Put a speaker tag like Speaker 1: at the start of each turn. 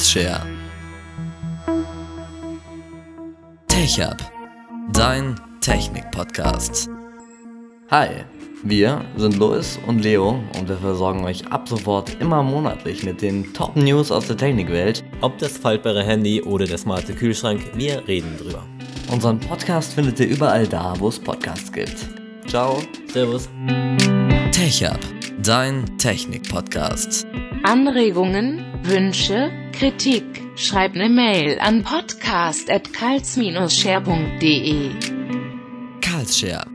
Speaker 1: Carlsshare. TechUp, dein Technik-Podcast. Hi, wir sind Louis und Leo und wir versorgen euch ab sofort immer monatlich mit den Top-News aus der Technikwelt.
Speaker 2: Ob das faltbare Handy oder der smarte Kühlschrank, wir reden drüber.
Speaker 1: Unseren Podcast findet ihr überall da, wo es Podcasts gibt. Ciao.
Speaker 2: Servus.
Speaker 1: TechUp, dein Technik-Podcast.
Speaker 3: Anregungen, Wünsche, Kritik, schreib eine Mail an podcast@carls-share.de.
Speaker 1: Carlsshare.